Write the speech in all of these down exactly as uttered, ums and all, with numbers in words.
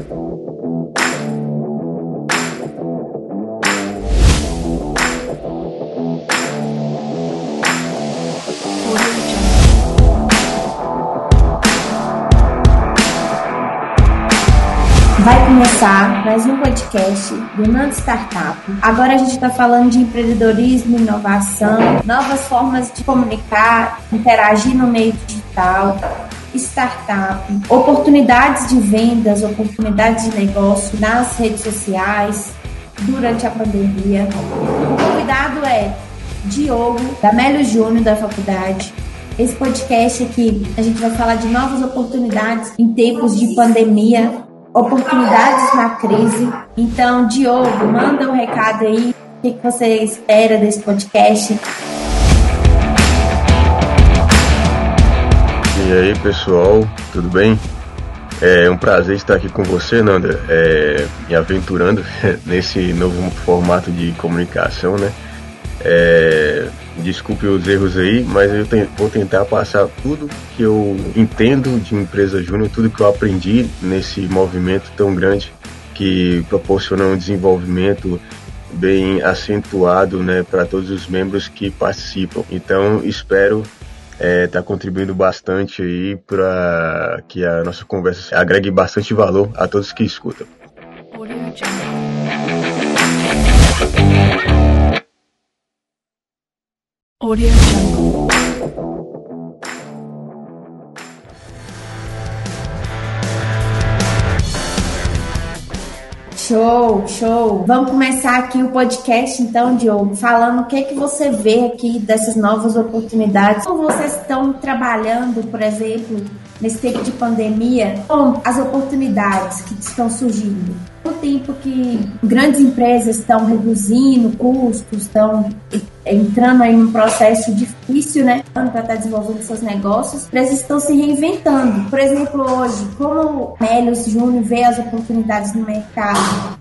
Vai começar mais um podcast do Nando Startup. Agora a gente está falando de empreendedorismo, inovação, novas formas de comunicar, interagir no meio digital, startup, oportunidades de vendas, oportunidades de negócio nas redes sociais durante a pandemia. O convidado é Diogo, da Melo Júnior, da faculdade. Esse podcast aqui, a gente vai falar de novas oportunidades em tempos de pandemia, oportunidades na crise. Então, Diogo, manda um recado aí. O que você espera desse podcast? E aí, pessoal, tudo bem? É um prazer estar aqui com você, Nanda, é, me aventurando nesse novo formato de comunicação, né? É, desculpe os erros aí, mas eu te, vou tentar passar tudo que eu entendo de empresa júnior, tudo que eu aprendi nesse movimento tão grande que proporciona um desenvolvimento bem acentuado, né, para todos os membros que participam. Então, espero estar é, tá contribuindo bastante aí para que a nossa conversa agregue bastante valor a todos que escutam. Audio Jungle. Show, show. Vamos começar aqui o podcast, então, Diogo, falando o que que você vê aqui dessas novas oportunidades. Como vocês estão trabalhando, por exemplo, nesse tempo de pandemia, com as oportunidades que estão surgindo? No tempo que grandes empresas estão reduzindo custos, estão entrando aí num processo difícil, né, para estar desenvolvendo seus negócios, empresas estão se reinventando. Por exemplo, hoje, como o Melo Júnior vê as oportunidades no mercado?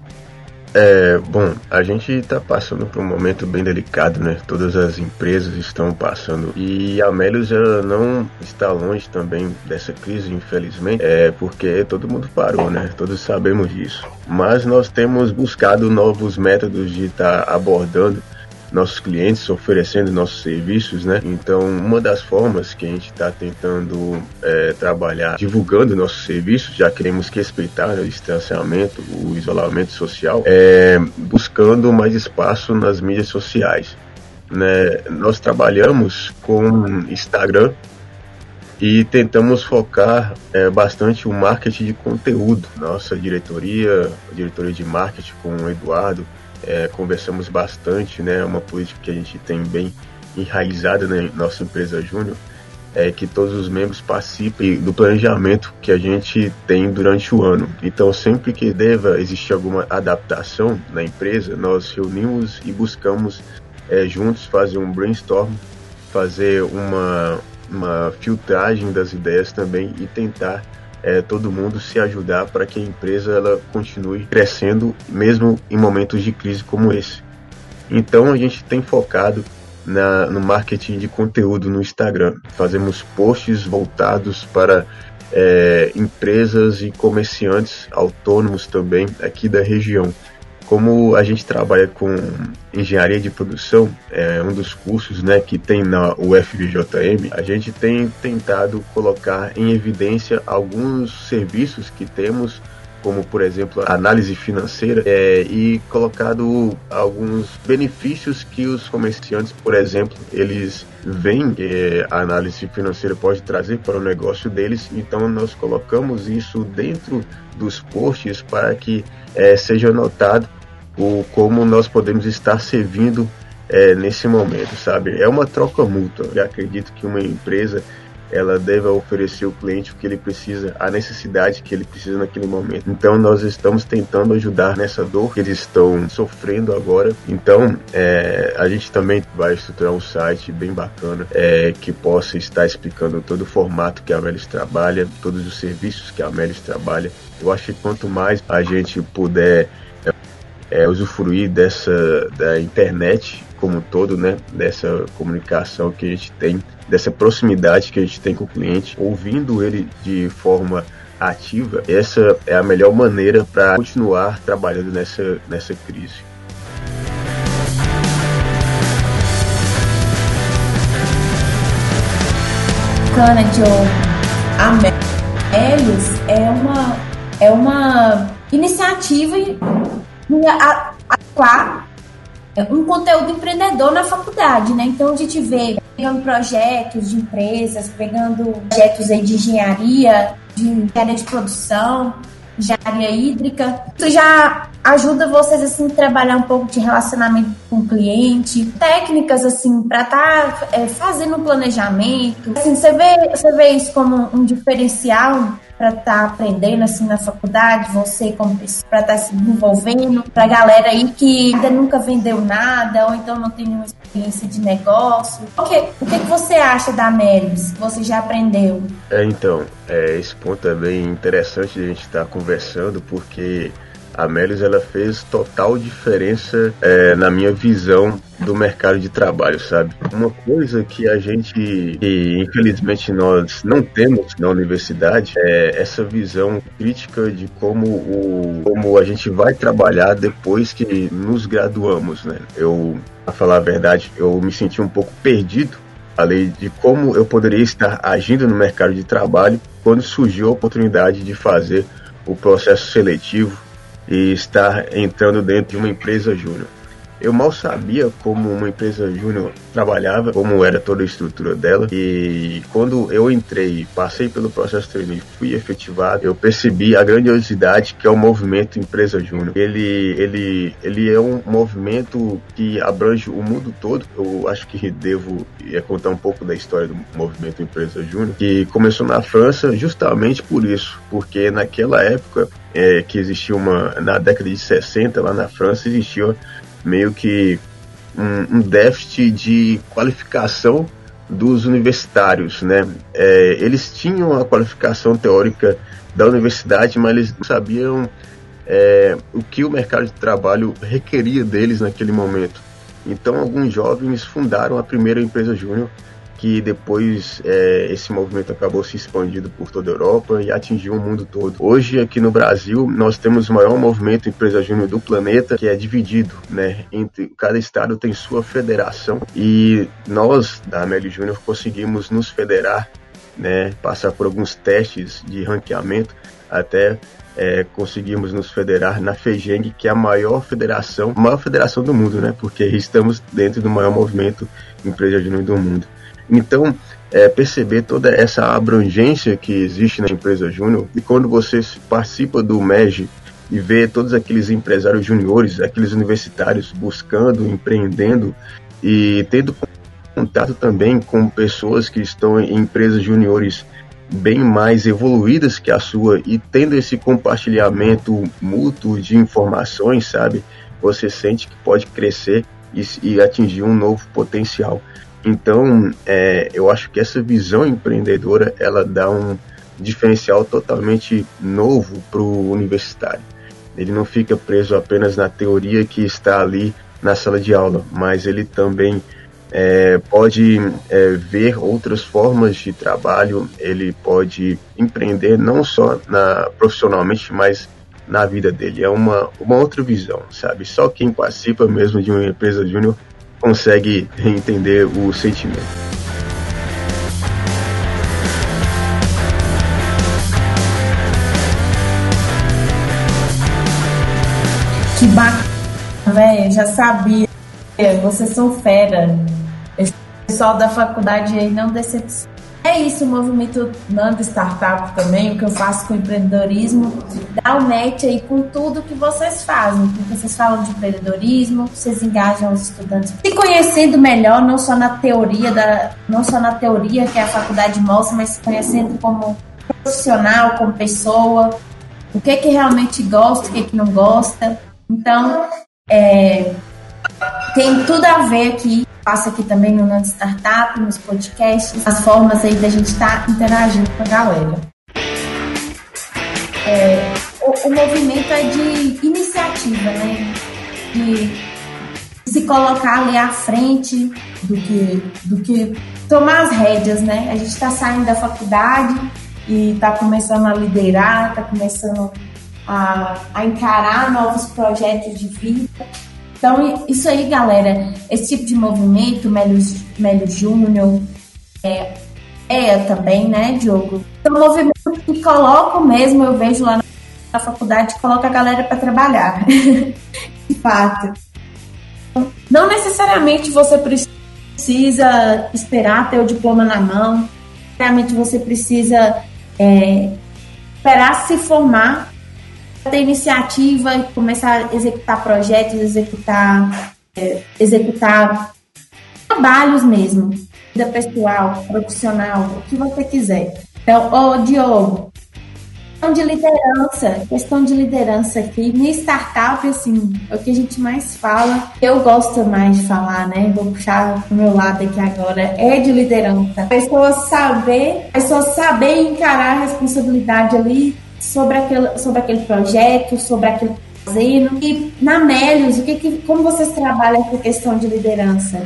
É, bom, a gente está passando por um momento bem delicado, né? Todas as empresas estão passando e a Melius ela não está longe também dessa crise, infelizmente, é porque todo mundo parou, né? Todos sabemos disso. Mas nós temos buscado novos métodos de estar tá abordando nossos clientes, oferecendo nossos serviços, né? Então, uma das formas que a gente está tentando é, trabalhar, divulgando nossos serviços, já queremos respeitar, né, o distanciamento, o isolamento social, é buscando mais espaço nas mídias sociais, né? Nós trabalhamos com Instagram e tentamos focar é, bastante o marketing de conteúdo. Nossa diretoria, a diretoria de marketing com o Eduardo, É, conversamos bastante, né? Uma política que a gente tem bem enraizada na nossa empresa júnior, é que todos os membros participem do planejamento que a gente tem durante o ano. Então, sempre que deva existir alguma adaptação na empresa, nós reunimos e buscamos é, juntos fazer um brainstorm, fazer uma, uma filtragem das ideias também e tentar É, todo mundo se ajudar para que a empresa ela continue crescendo mesmo em momentos de crise como esse. Então a gente tem focado na, no marketing de conteúdo no Instagram. Fazemos posts voltados para é, empresas e comerciantes autônomos também aqui da região. Como a gente trabalha com engenharia de produção, é um dos cursos, né, que tem na U F V J M, a gente tem tentado colocar em evidência alguns serviços que temos, como, por exemplo, a análise financeira, é, e colocado alguns benefícios que os comerciantes, por exemplo, eles veem que a análise financeira pode trazer para o negócio deles. Então, nós colocamos isso dentro dos posts para que é, seja notado o como nós podemos estar servindo é, nesse momento, sabe? É uma troca mútua. Eu acredito que uma empresa ela deve oferecer ao cliente o que ele precisa, a necessidade que ele precisa naquele momento. Então, nós estamos tentando ajudar nessa dor que eles estão sofrendo agora. Então, é, a gente também vai estruturar um site bem bacana, é, que possa estar explicando todo o formato que a Melius trabalha, todos os serviços que a Melius trabalha. Eu acho que quanto mais a gente puder é, usufruir dessa da internet como um todo, né, dessa comunicação que a gente tem, dessa proximidade que a gente tem com o cliente, ouvindo ele de forma ativa, essa é a melhor maneira para continuar trabalhando nessa, nessa crise. Bacana, Diogo. A Melius é uma, é uma iniciativa a atuar um conteúdo empreendedor na faculdade, né? Então a gente vê pegando projetos de empresas, pegando projetos aí de engenharia, de engenharia de produção, engenharia hídrica. Isso já ajuda vocês assim a trabalhar um pouco de relacionamento com o cliente, técnicas assim para estar tá, é, fazendo um planejamento. Assim, você vê, você vê isso como um diferencial para estar tá aprendendo assim na faculdade, você como pessoa, para estar tá se desenvolvendo, para a galera aí que ainda nunca vendeu nada ou então não tem nenhuma experiência de negócio. O que, o que você acha da Melius, que você já aprendeu? É, então, é, esse ponto é bem interessante de a gente estar tá conversando, porque a Melius ela fez total diferença é, na minha visão do mercado de trabalho, sabe? Uma coisa que a gente, que infelizmente nós não temos na universidade, é essa visão crítica de como, o, como a gente vai trabalhar depois que nos graduamos, né? Eu, pra falar a verdade, eu me senti um pouco perdido além de como eu poderia estar agindo no mercado de trabalho quando surgiu a oportunidade de fazer o processo seletivo e estar entrando dentro de uma empresa júnior. Eu mal sabia como uma empresa júnior trabalhava, como era toda a estrutura dela, e quando eu entrei, passei pelo processo de treino e fui efetivado, eu percebi a grandiosidade que é o movimento Empresa Júnior. Ele, ele, ele é um movimento que abrange o mundo todo. Eu acho que devo contar um pouco da história do movimento Empresa Júnior, que começou na França justamente por isso, porque naquela época é, que existia uma, na década de sessenta, lá na França, existia meio que um, um déficit de qualificação dos universitários, né? É, eles tinham a qualificação teórica da universidade, mas eles não sabiam é, o que o mercado de trabalho requeria deles naquele momento. Então, alguns jovens fundaram a primeira empresa júnior, que depois é, esse movimento acabou se expandindo por toda a Europa e atingiu o mundo todo. Hoje, aqui no Brasil, nós temos o maior movimento Empresa Júnior do planeta, que é dividido, né? Entre cada estado tem sua federação e nós, da Melius Júnior, conseguimos nos federar, né? Passar por alguns testes de ranqueamento até é, conseguimos nos federar na FEGENG, que é a maior federação, a maior federação do mundo, né? Porque estamos dentro do maior movimento Empresa Júnior do mundo. Então, é, perceber toda essa abrangência que existe na empresa júnior, e quando você participa do M E G e vê todos aqueles empresários juniores, aqueles universitários buscando, empreendendo e tendo contato também com pessoas que estão em empresas juniores bem mais evoluídas que a sua e tendo esse compartilhamento mútuo de informações, sabe? Você sente que pode crescer e, e atingir um novo potencial. Então, é, eu acho que essa visão empreendedora, ela dá um diferencial totalmente novo para o universitário. Ele não fica preso apenas na teoria que está ali na sala de aula, mas ele também é, pode é, ver outras formas de trabalho, ele pode empreender não só na, profissionalmente, mas na vida dele. É uma, uma outra visão, sabe? Só quem participa mesmo de uma empresa júnior consegue entender o sentimento. Que bacana, velho, já sabia. Vocês são fera. Esse pessoal da faculdade aí não decepciona. É isso, o movimento Nando Startup também, o que eu faço com o empreendedorismo, dá um match aí com tudo que vocês fazem, porque vocês falam de empreendedorismo, vocês engajam os estudantes se conhecendo melhor, não só na teoria, da, não só na teoria que a faculdade mostra, mas se conhecendo como profissional, como pessoa, o que que realmente gosta, o que que não gosta. Então, é, tem tudo a ver aqui. Passa aqui também no Nando Startup, nos podcasts, as formas aí da gente estar tá interagindo com a galera. É, o, o movimento é de iniciativa, né? De se colocar ali à frente do que, do que tomar as rédeas, né? A gente está saindo da faculdade e está começando a liderar, está começando a, a encarar novos projetos de vida. Então, isso aí, galera, esse tipo de movimento, Melios, Melios Júnior, é, é também, né, Diogo? São movimentos que colocam mesmo, eu vejo lá na faculdade, coloca a galera para trabalhar, de fato. Não necessariamente você precisa esperar ter o diploma na mão, necessariamente você precisa é, esperar se formar, ter iniciativa e começar a executar projetos, executar, é, executar trabalhos mesmo, vida pessoal, profissional, o que você quiser. Então, ô Diogo, questão de liderança, questão de liderança aqui, minha startup, assim, é o que a gente mais fala, eu gosto mais de falar, né, vou puxar pro meu lado aqui agora, é de liderança. A pessoa saber, a pessoa saber encarar a responsabilidade ali sobre aquele, sobre aquele projeto, sobre aquilo que está fazendo. E na Melios, o que, que, como vocês trabalham essa questão de liderança?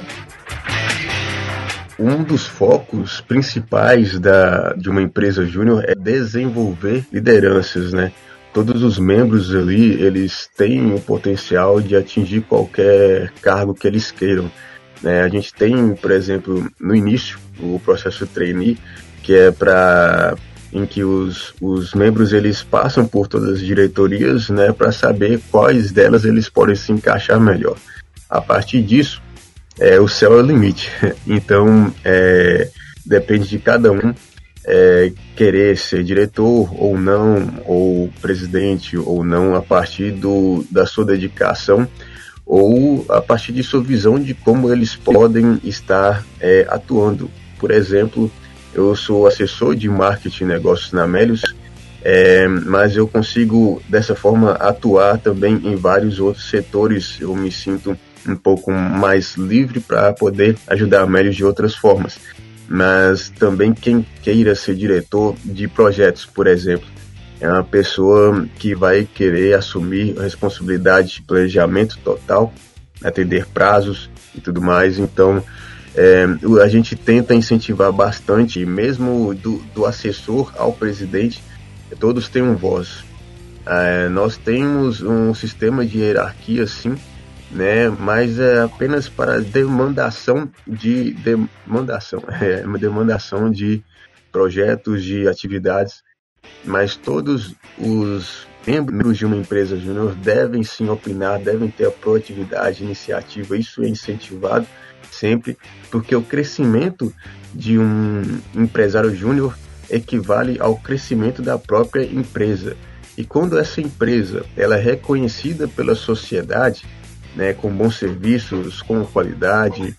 Um dos focos principais da, de uma empresa júnior é desenvolver lideranças, né? Todos os membros ali, eles têm o potencial de atingir qualquer cargo que eles queiram, né? A gente tem, por exemplo, no início, o processo trainee, que é para em que os, os membros eles passam por todas as diretorias, né, para saber quais delas eles podem se encaixar melhor. A partir disso, é, o céu é o limite. Então, é, depende de cada um é, querer ser diretor ou não, ou presidente ou não, a partir do, da sua dedicação ou a partir de sua visão de como eles podem estar é, atuando. Por exemplo, eu sou assessor de marketing e negócios na Melios, é, mas eu consigo, dessa forma, atuar também em vários outros setores. Eu me sinto um pouco mais livre para poder ajudar a Melios de outras formas. Mas também quem queira ser diretor de projetos, por exemplo, é uma pessoa que vai querer assumir a responsabilidade de planejamento total, atender prazos e tudo mais. Então, é, a gente tenta incentivar bastante, mesmo do, do assessor ao presidente, todos têm uma voz. É, nós temos um sistema de hierarquia, sim, né, mas é apenas para demandação de demandação, é, uma demandação de projetos, de atividades, mas todos os membros de uma empresa júnior devem sim opinar, devem ter a proatividade, iniciativa. Isso é incentivado sempre, porque o crescimento de um empresário júnior equivale ao crescimento da própria empresa. E quando essa empresa ela é reconhecida pela sociedade, né, com bons serviços, com qualidade,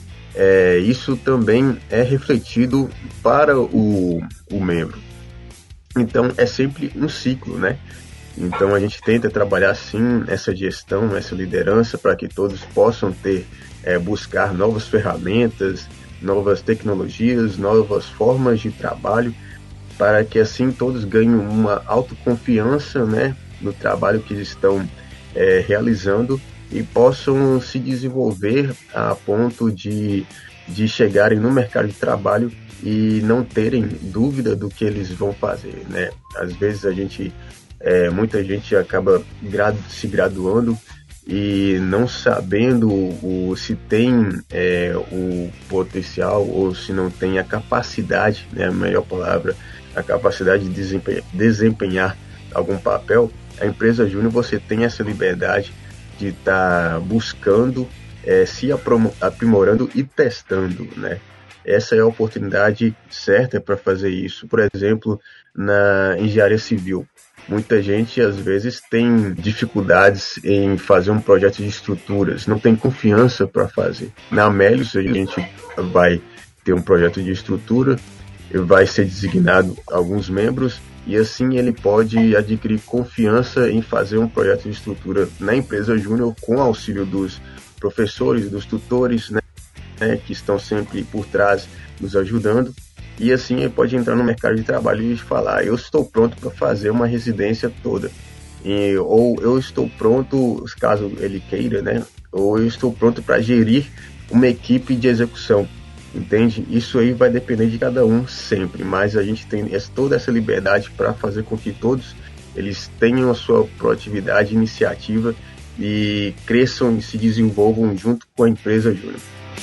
é, isso também é refletido para o, o membro. Então é sempre um ciclo, né? Então a gente tenta trabalhar sim essa gestão, essa liderança, para que todos possam ter, é, buscar novas ferramentas, novas tecnologias, novas formas de trabalho, para que assim todos ganhem uma autoconfiança, né, no trabalho que eles estão é, realizando, e possam se desenvolver a ponto de, de chegarem no mercado de trabalho e não terem dúvida do que eles vão fazer, né? Às vezes a gente, é, muita gente acaba gradu, se graduando e não sabendo o, se tem é, o potencial ou se não tem a capacidade, né, a melhor palavra, a capacidade de desempenhar, desempenhar algum papel. A empresa júnior, você tem essa liberdade de estar tá buscando, é, se aprimorando e testando, né? Essa é a oportunidade certa para fazer isso. Por exemplo, na engenharia civil, muita gente às vezes tem dificuldades em fazer um projeto de estruturas, não tem confiança para fazer. Na Melios, a gente vai ter um projeto de estrutura, vai ser designado alguns membros, e assim ele pode adquirir confiança em fazer um projeto de estrutura na empresa júnior, com auxílio dos professores, dos tutores, né, né, que estão sempre por trás nos ajudando. E assim ele pode entrar no mercado de trabalho e falar: eu estou pronto para fazer uma residência toda, e, ou eu estou pronto, caso ele queira, né, ou eu estou pronto para gerir uma equipe de execução. entende? Isso aí vai depender de cada um sempre, mas a gente tem toda essa liberdade para fazer com que todos eles tenham a sua proatividade e iniciativa e cresçam e se desenvolvam junto com a empresa Júnior.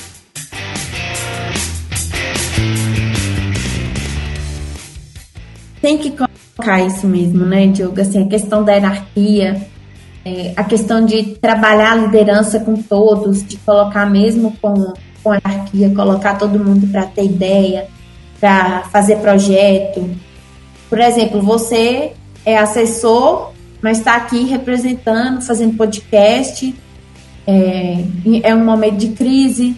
Tem que colocar isso mesmo, né, Diogo? Assim, a questão da hierarquia, é, a questão de trabalhar a liderança com todos, de colocar mesmo com, com a hierarquia, colocar todo mundo para ter ideia, para fazer projeto. Por exemplo, você é assessor, mas está aqui representando, fazendo podcast, é, é um momento de crise,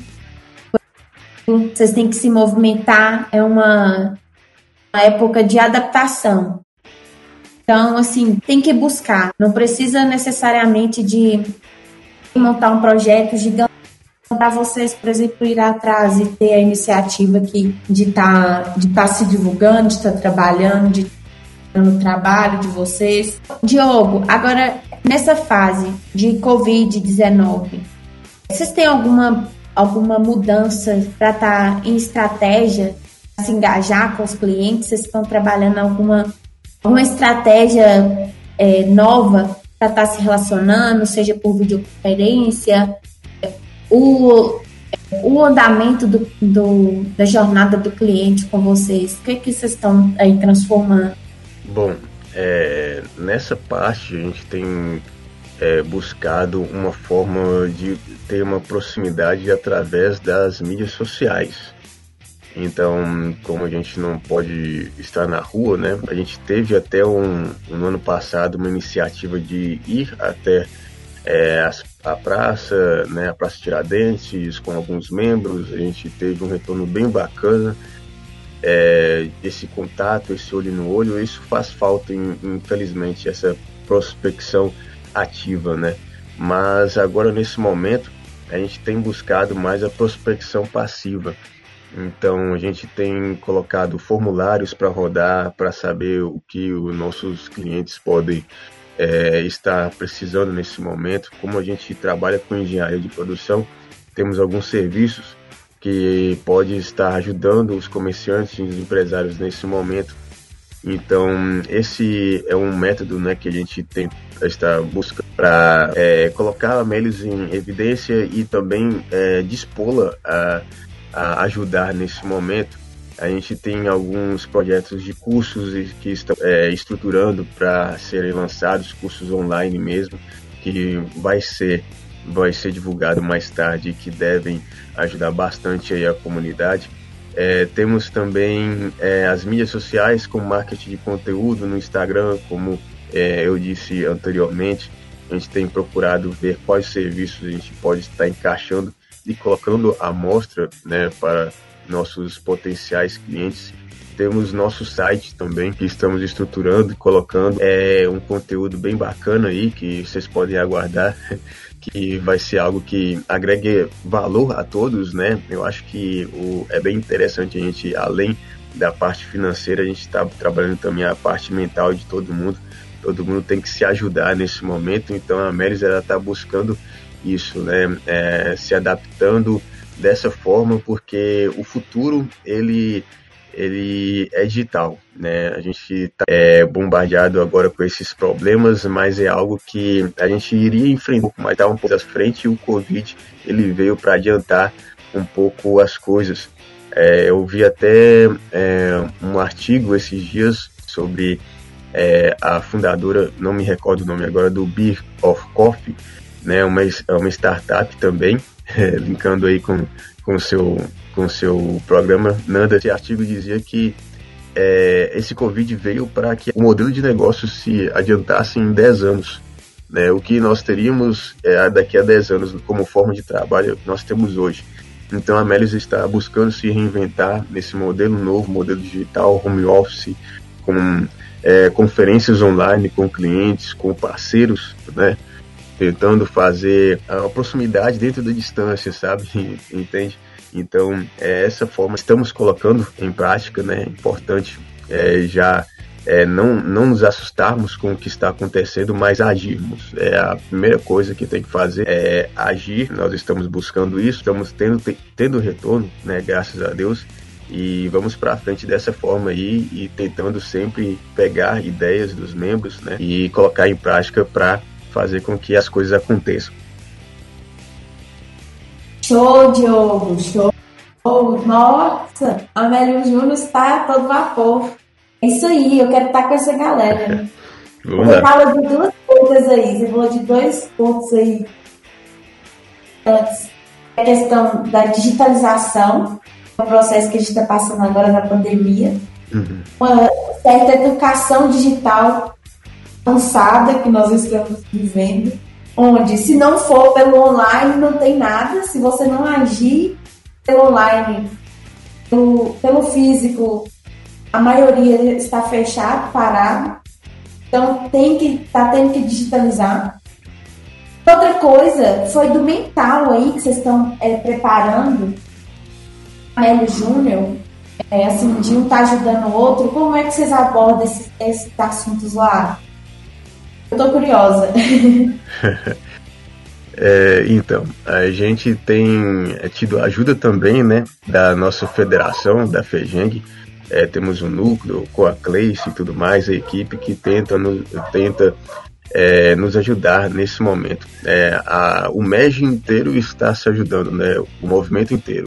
vocês têm que se movimentar, é uma, uma época de adaptação. Então, assim, tem que buscar, não precisa necessariamente de montar um projeto gigante para vocês, por exemplo, ir atrás e ter a iniciativa aqui de estar tá, de tá se divulgando, de estar tá trabalhando, de no trabalho de vocês. Diogo, agora nessa fase de covid dezenove, vocês têm alguma, alguma mudança para estar tá em estratégia, se engajar com os clientes? Vocês estão trabalhando alguma, alguma estratégia é, nova para estar tá se relacionando, seja por videoconferência, o, o andamento do, do, da jornada do cliente com vocês? O que, é que vocês estão aí transformando? Bom, é, nessa parte a gente tem é, buscado uma forma de ter uma proximidade através das mídias sociais. Então, como a gente não pode estar na rua, né? A gente teve até um, no ano passado uma iniciativa de ir até é, a, a praça, né? A Praça Tiradentes, com alguns membros. A gente teve um retorno bem bacana. É, esse contato, esse olho no olho, isso faz falta, infelizmente, essa prospecção ativa, né? Mas agora, nesse momento, a gente tem buscado mais a prospecção passiva. Então, a gente tem colocado formulários para rodar, para saber o que os nossos clientes podem é, estar precisando nesse momento. Como a gente trabalha com engenharia de produção, temos alguns serviços que pode estar ajudando os comerciantes e os empresários nesse momento. Então, esse é um método, né, que a gente tem, está buscando para é, colocar a Melius em evidência e também é, dispô-la a, a ajudar nesse momento. A gente tem alguns projetos de cursos que estão é, estruturando para serem lançados, cursos online mesmo, que vai ser vai ser divulgado mais tarde, que devem ajudar bastante aí a comunidade. É, temos também é, as mídias sociais com marketing de conteúdo no Instagram, como é, eu disse anteriormente. A gente tem procurado ver quais serviços a gente pode estar encaixando e colocando à mostra, né, para nossos potenciais clientes. Temos nosso site também, que estamos estruturando e colocando é, um conteúdo bem bacana aí, que vocês podem aguardar, que vai ser algo que agregue valor a todos, né? Eu acho que o, é bem interessante a gente, além da parte financeira, a gente está trabalhando também a parte mental de todo mundo. Todo mundo tem que se ajudar nesse momento, então a Melius está buscando isso, né? É, se adaptando dessa forma, porque o futuro, ele... ele é digital, né? A gente está é, bombardeado agora com esses problemas, mas é algo que a gente iria enfrentar, mas está um pouco à frente, e o Covid ele veio para adiantar um pouco as coisas. É, eu vi até é, um artigo esses dias sobre é, a fundadora, não me recordo o nome agora, do Beer of Coffee, né? Uma, uma startup também, é, linkando aí com com o seu com seu programa, Nanda. Esse artigo dizia que é, esse Covid veio para que o modelo de negócio se adiantasse em dez anos. Né? O que nós teríamos é, daqui a dez anos como forma de trabalho, nós temos hoje. Então a Melius está buscando se reinventar nesse modelo novo, modelo digital, home office, com é, conferências online com clientes, com parceiros, né? Tentando fazer a proximidade dentro da distância, sabe? Entende? Então, é essa forma que estamos colocando em prática, né? É importante é, já é, não, não nos assustarmos com o que está acontecendo, mas agirmos. É a primeira coisa que tem que fazer é agir. Nós estamos buscando isso, estamos tendo, tendo retorno, né, graças a Deus, e vamos para frente dessa forma aí e tentando sempre pegar ideias dos membros, né, e colocar em prática para fazer com que as coisas aconteçam. Show, Diogo, show. Nossa, Amélio Júnior está a todo vapor. É isso aí, eu quero estar com essa galera. Você fala de duas coisas aí, você falou de dois pontos aí. Antes, a questão da digitalização, o processo que a gente está passando agora na pandemia. Uhum. Uma certa educação digital avançada que nós estamos vivendo, onde se não for pelo online não tem nada, se você não agir pelo online, pelo, pelo físico, a maioria está fechado, parado, então tem que, tá tendo que digitalizar. Outra coisa foi do mental aí que vocês estão é, preparando, Amélio Júnior, é, assim, de um tá ajudando o outro, como é que vocês abordam esses, esses assuntos lá? Eu tô curiosa. É, então, a gente tem tido ajuda também, né, da nossa federação, da FEGENG. É, temos um núcleo com a Cleice e tudo mais, a equipe que tenta, no, tenta é, nos ajudar nesse momento. É, a, o M E G inteiro está se ajudando, né, o movimento inteiro.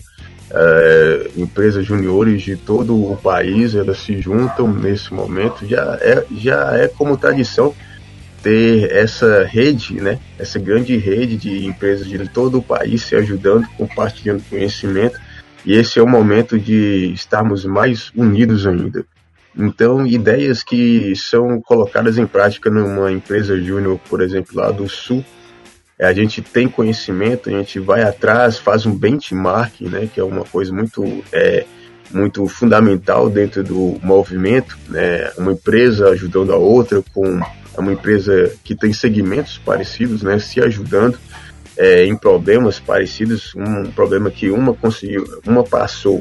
É, empresas juniores de todo o país, elas se juntam nesse momento. Já é, já é como tradição ter essa rede, né, essa grande rede de empresas de todo o país se ajudando, compartilhando conhecimento, e esse é o momento de estarmos mais unidos ainda. Então, ideias que são colocadas em prática numa empresa júnior, por exemplo, lá do Sul, a gente tem conhecimento, a gente vai atrás, faz um benchmark, né, que é uma coisa muito, é, muito fundamental dentro do movimento, né, uma empresa ajudando a outra com uma empresa que tem segmentos parecidos, né, se ajudando é, em problemas parecidos, um problema que uma conseguiu, uma passou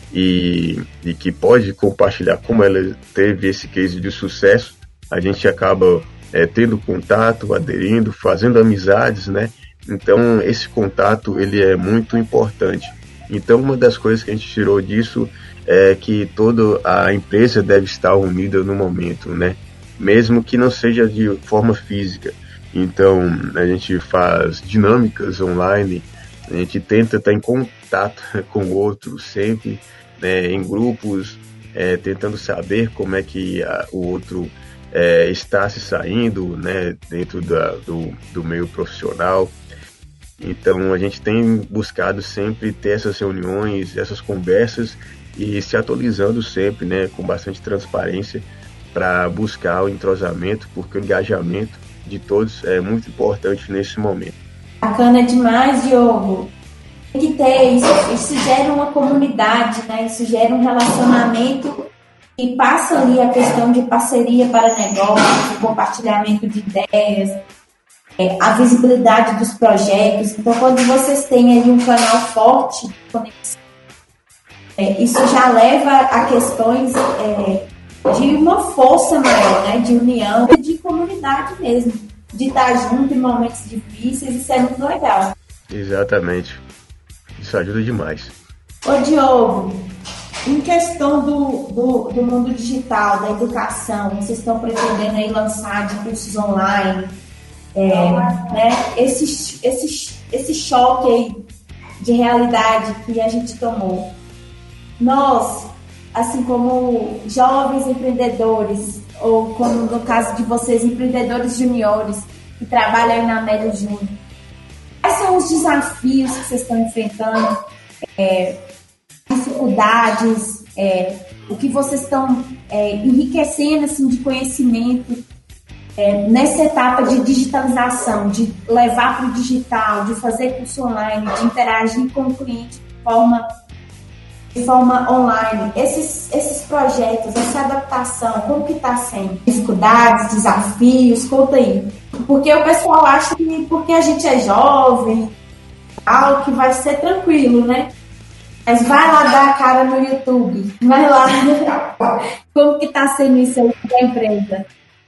e, e que pode compartilhar como ela teve esse case de sucesso, a gente acaba é, tendo contato, aderindo, fazendo amizades, né? Então esse contato ele é muito importante. Então uma das coisas que a gente tirou disso é que toda a empresa deve estar unida no momento, né? Mesmo que não seja de forma física. Então, a gente faz dinâmicas online, a gente tenta estar em contato com o outro sempre, né, em grupos, é, tentando saber como é que a, o outro é, está se saindo, né, dentro da, do, do meio profissional. Então, a gente tem buscado sempre ter essas reuniões, essas conversas e se atualizando sempre, né, com bastante transparência, para buscar o entrosamento, porque o engajamento de todos é muito importante nesse momento. Bacana demais, Diogo. Tem que ter isso, isso gera uma comunidade, né? Isso gera um relacionamento e passa ali a questão de parceria para negócios, compartilhamento de ideias, é, a visibilidade dos projetos. Então, quando vocês têm ali um canal forte de conexão, é, isso já leva a questões é, de uma força maior, né? De união e de comunidade mesmo, de estar junto em momentos difíceis. Isso é muito legal. Exatamente, isso ajuda demais. Ô Diogo, em questão do, do, do mundo digital, da educação, vocês estão pretendendo aí lançar de cursos online, é, né? esse, esse, esse choque aí de realidade que a gente tomou. Nós, assim como jovens empreendedores, ou como no caso de vocês, empreendedores juniores, que trabalham aí na Amélio Júnior, quais são os desafios que vocês estão enfrentando, é, dificuldades, é, o que vocês estão é, enriquecendo assim, de conhecimento é, nessa etapa de digitalização, de levar para o digital, de fazer curso online, de interagir com o cliente de forma de forma online, esses, esses projetos, essa adaptação, como que está sendo? Dificuldades, desafios, conta aí. Porque o pessoal acha que porque a gente é jovem, algo que vai ser tranquilo, né? Mas vai lá dar a cara no YouTube. Vai lá. Como que tá sendo isso aí para a empresa?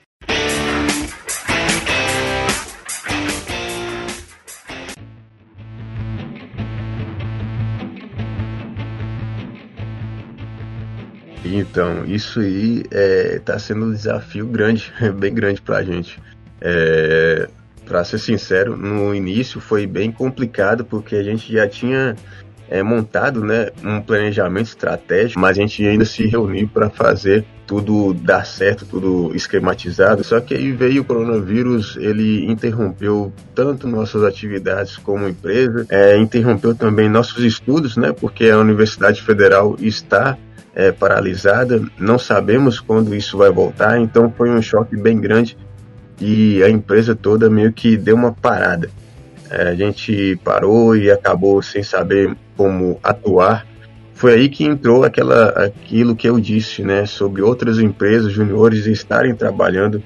Então, isso aí está sendo um desafio grande, bem grande para a gente. É, para ser sincero, no início foi bem complicado, porque a gente já tinha é, montado, né, um planejamento estratégico, mas a gente ainda se reuniu para fazer tudo dar certo, tudo esquematizado. Só que aí veio o coronavírus, ele interrompeu tanto nossas atividades como empresa, é, interrompeu também nossos estudos, né, porque a Universidade Federal está É, paralisada, não sabemos quando isso vai voltar, então foi um choque bem grande e a empresa toda meio que deu uma parada. É, a gente parou e acabou sem saber como atuar. Foi aí que entrou aquela, aquilo que eu disse, né, sobre outras empresas juniores estarem trabalhando,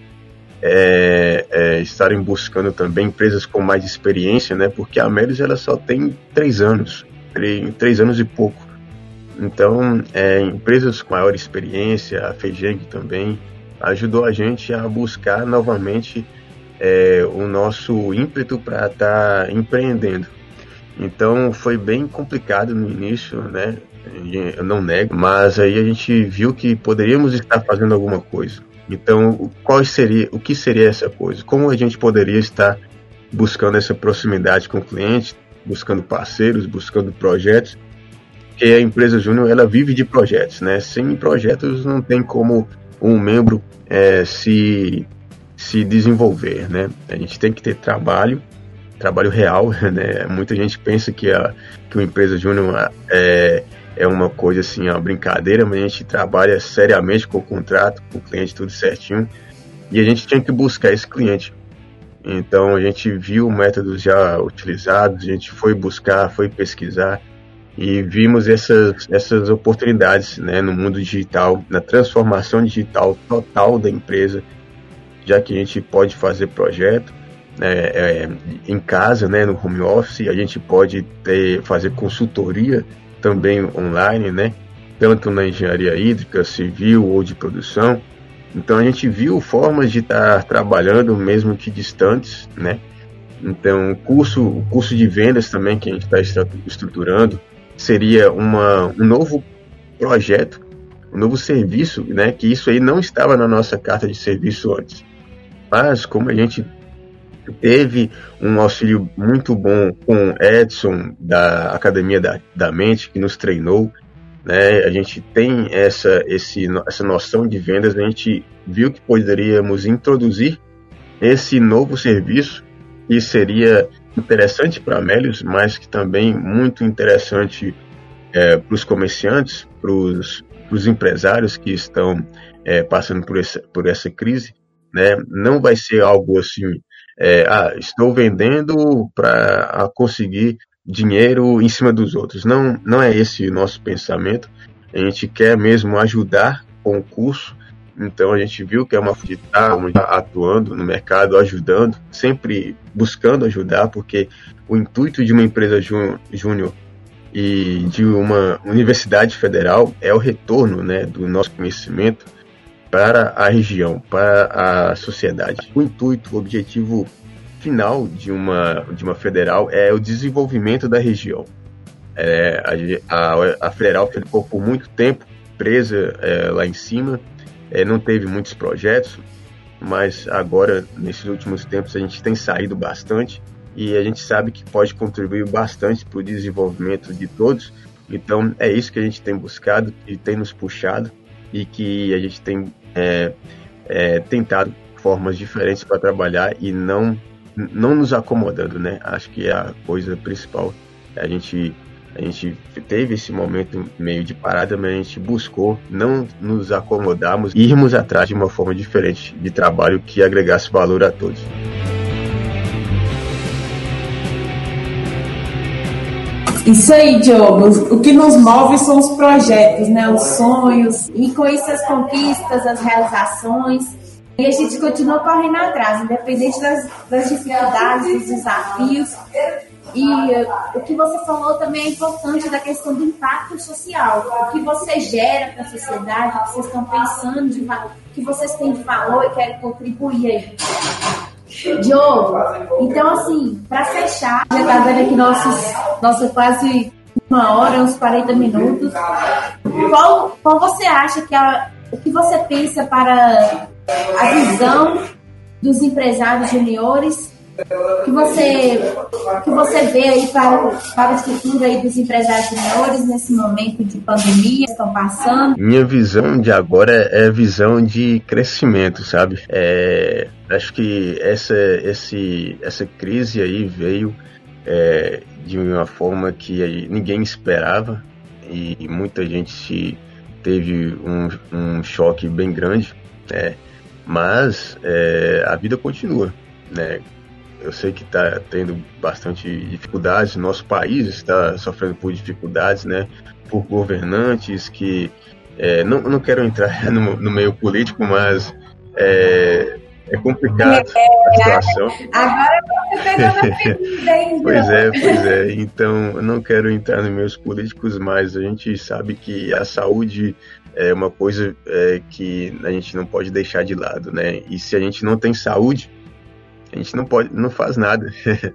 é, é, estarem buscando também empresas com mais experiência, né, porque a Amélios ela só tem três anos, três, três anos e pouco. Então, é, empresas com maior experiência, a Fejeng também, ajudou a gente a buscar novamente é, o nosso ímpeto para estar tá empreendendo. Então, foi bem complicado no início, né? Eu não nego, mas aí a gente viu que poderíamos estar fazendo alguma coisa. Então, qual seria, o que seria essa coisa? Como a gente poderia estar buscando essa proximidade com o cliente, buscando parceiros, buscando projetos? Porque a empresa júnior ela vive de projetos, né? Sem projetos não tem como um membro é, se, se desenvolver, né? A gente tem que ter trabalho, trabalho real, né? Muita gente pensa que a, que uma empresa júnior é, é uma coisa assim, uma brincadeira, mas a gente trabalha seriamente com o contrato, com o cliente, tudo certinho, e a gente tinha que buscar esse cliente. Então a gente viu métodos já utilizados, a gente foi buscar, foi pesquisar, e vimos essas, essas oportunidades, né, no mundo digital, na transformação digital total da empresa, já que a gente pode fazer projeto né, é, em casa, né, no home office, a gente pode ter, fazer consultoria também online, né, tanto na engenharia hídrica, civil ou de produção. Então a gente viu formas de estar trabalhando mesmo que distantes, né. Então o curso, o curso de vendas também que a gente está estruturando, seria uma, um novo projeto, um novo serviço, né, que isso aí não estava na nossa carta de serviço antes. Mas como a gente teve um auxílio muito bom com Edson, da Academia da, da Mente, que nos treinou, né, a gente tem essa, esse, essa noção de vendas, a gente viu que poderíamos introduzir esse novo serviço, que seria interessante para a Amélios, mas que também muito interessante é, para os comerciantes, para os empresários que estão é, passando por essa, por essa crise, né? Não vai ser algo assim, é, ah, estou vendendo para conseguir dinheiro em cima dos outros. Não, não é esse o nosso pensamento. A gente quer mesmo ajudar com o curso. Então a gente viu que é uma de estar atuando no mercado, ajudando, sempre buscando ajudar, porque o intuito de uma empresa júnior e de uma universidade federal é o retorno, né, do nosso conhecimento para a região, para a sociedade. O intuito, o objetivo final de uma, de uma federal é o desenvolvimento da região. É, a, a, a federal ficou por muito tempo presa é, lá em cima, É, não teve muitos projetos, mas agora, nesses últimos tempos, a gente tem saído bastante e a gente sabe que pode contribuir bastante para o desenvolvimento de todos. Então, é isso que a gente tem buscado e tem nos puxado e que a gente tem é, é, tentado formas diferentes para trabalhar e não, não nos acomodando, né? Acho que é a coisa principal. A gente... A gente teve esse momento meio de parada, mas a gente buscou não nos acomodarmos e irmos atrás de uma forma diferente de trabalho que agregasse valor a todos. Isso aí, Diogo. O que nos move são os projetos, né? Os sonhos. E com isso as conquistas, as realizações. E a gente continua correndo atrás, independente das, das dificuldades, dos desafios. E uh, o que você falou também é importante da questão do impacto social. O que você gera para a sociedade, o que vocês estão pensando, de, o que vocês têm de valor e querem contribuir aí. Diogo, então assim, para fechar, já está dando aqui nossos, nossa quase uma hora, uns quarenta minutos. Qual, qual você acha que a, o que você pensa para a visão dos empresários juniores? Que você, que você vê aí para, para o futuro aí dos empresários juniores nesse momento de pandemia que estão passando? Minha visão de agora é a visão de crescimento, sabe? É, acho que essa, esse, essa crise aí veio é, de uma forma que aí ninguém esperava e muita gente teve um, um choque bem grande, né? Mas é, a vida continua, né? Eu sei que está tendo bastante dificuldades, nosso país está sofrendo por dificuldades, né, por governantes que, é, não, não quero entrar no, no meio político, mas é, é complicado a situação. Agora você pegou na ferida ainda. Pois é, pois é, então eu não quero entrar nos meios políticos, mas a gente sabe que a saúde é uma coisa é, que a gente não pode deixar de lado, né, e se a gente não tem saúde, a gente não pode, não faz nada.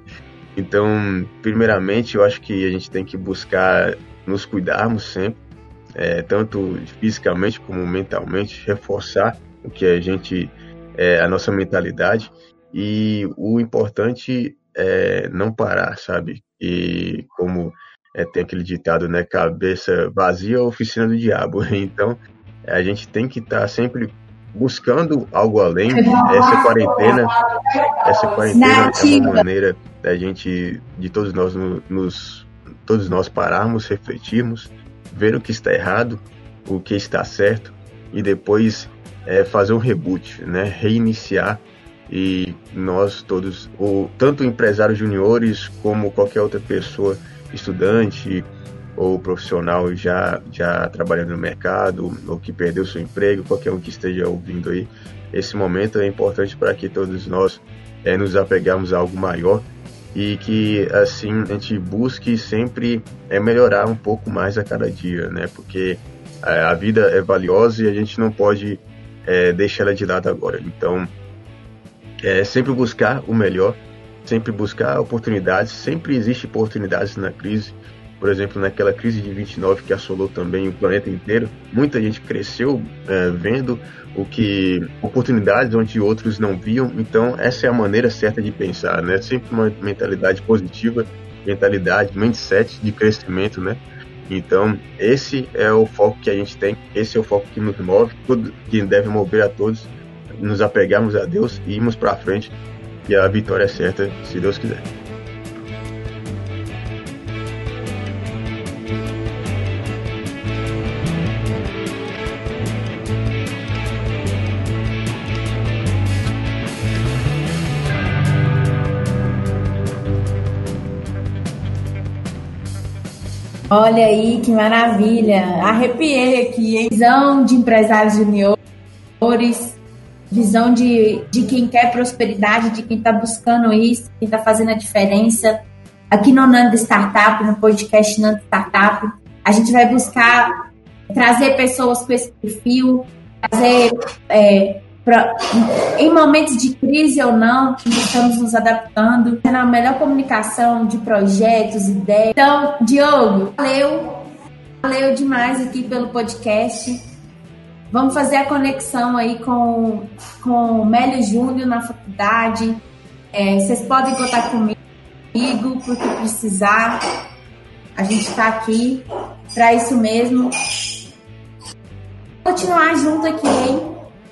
Então, primeiramente, eu acho que a gente tem que buscar nos cuidarmos sempre, é, tanto fisicamente como mentalmente, reforçar o que a gente, é, a nossa mentalidade. E o importante é não parar, sabe? E como é, tem aquele ditado, né? Cabeça vazia, oficina do diabo. Então, a gente tem que estar sempre buscando algo além. Essa quarentena, essa quarentena é uma maneira da gente, de todos nós nos, todos nós pararmos, refletirmos, ver o que está errado, o que está certo e depois é, fazer um reboot, né? Reiniciar. E nós todos, ou tanto empresários juniores como qualquer outra pessoa, estudante ou profissional já, já trabalhando no mercado, ou que perdeu seu emprego, qualquer um que esteja ouvindo aí, esse momento é importante para que todos nós é, nos apegarmos a algo maior e que assim a gente busque sempre é, melhorar um pouco mais a cada dia, né? Porque a, a vida é valiosa e a gente não pode é, deixar ela de lado agora. Então, é sempre buscar o melhor, sempre buscar oportunidades, sempre existe oportunidades na crise. Por exemplo, naquela crise de vinte e nove que assolou também o planeta inteiro, muita gente cresceu é, vendo o que oportunidades onde outros não viam. Então, essa é a maneira certa de pensar, né? Sempre uma mentalidade positiva, mentalidade, mindset de crescimento, né? Então, esse é o foco que a gente tem, esse é o foco que nos move, tudo que deve mover a todos, nos apegarmos a Deus e irmos para frente, e a vitória é certa, se Deus quiser. Olha aí, que maravilha! Arrepiei aqui, hein? Visão de empresários juniores, visão de, de quem quer prosperidade, de quem está buscando isso, quem está fazendo a diferença. Aqui no Nando Startup, no podcast Nando Startup, a gente vai buscar trazer pessoas com esse perfil, trazer, é, pra, em momentos de crise ou não, que estamos nos adaptando, tendo a melhor comunicação de projetos, ideias. Então, Diogo, valeu, valeu demais aqui pelo podcast. Vamos fazer a conexão aí com, com o Mélio Júnior na faculdade. É, vocês podem contar comigo por que precisar. A gente está aqui para isso mesmo. Continuar junto aqui, hein?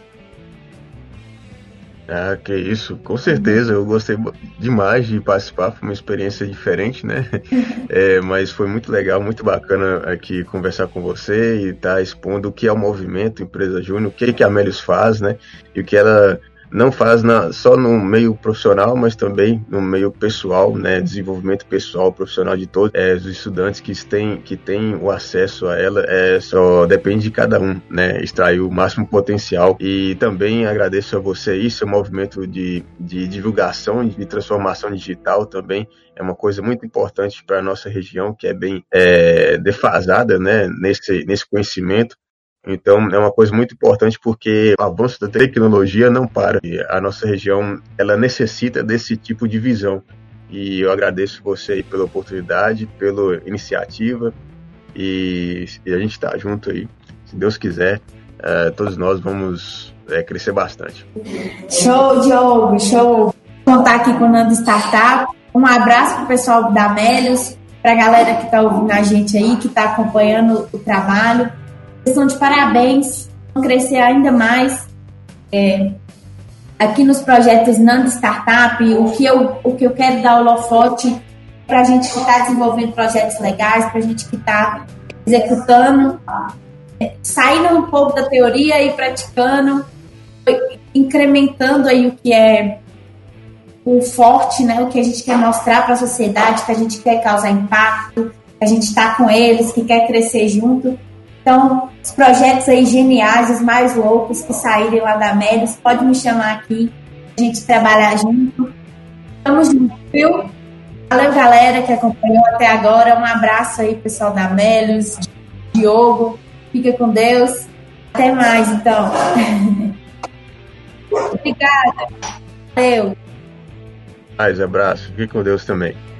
Ah, que isso, com certeza, eu gostei demais de participar, foi uma experiência diferente, né? É, mas foi muito legal, muito bacana aqui conversar com você e estar tá expondo o que é o movimento Empresa Júnior, o que, que a Melius faz, né? E o que ela não faz na, só no meio profissional, mas também no meio pessoal, né, desenvolvimento pessoal, profissional de todos é, os estudantes que têm, que têm o acesso a ela, é, só depende de cada um, né, extrair o máximo potencial. E também agradeço a você aí, seu movimento de, de divulgação, de transformação digital também é uma coisa muito importante para a nossa região, que é bem é, defasada, né, nesse, nesse conhecimento. Então, é uma coisa muito importante porque o avanço da tecnologia não para. E a nossa região, ela necessita desse tipo de visão. E eu agradeço você aí pela oportunidade, pela iniciativa. E, e a gente está junto aí. Se Deus quiser, uh, todos nós vamos uh, crescer bastante. Show, Diogo, show. Vou contar aqui com o Nando Startup. Um abraço para o pessoal da Amélios, para a galera que está ouvindo a gente aí, que está acompanhando o trabalho. Vocês estão de parabéns, vão crescer ainda mais é, aqui nos projetos Nando Startup. O que eu, o que eu quero dar holofote para a gente que está desenvolvendo projetos legais, para a gente que está executando, é, saindo um pouco da teoria e praticando, incrementando aí o que é o forte, né, o que a gente quer mostrar para a sociedade, que a gente quer causar impacto, que a gente está com eles, que quer crescer junto. Então, os projetos aí geniais, os mais loucos que saírem lá da Amélios, pode me chamar aqui, a gente trabalhar junto. Tamo junto, viu? Valeu, galera que acompanhou até agora. Um abraço aí, pessoal da Amélios, Diogo. Fica com Deus. Até mais, então. Obrigada. Valeu. Mais abraço. Fique com Deus também.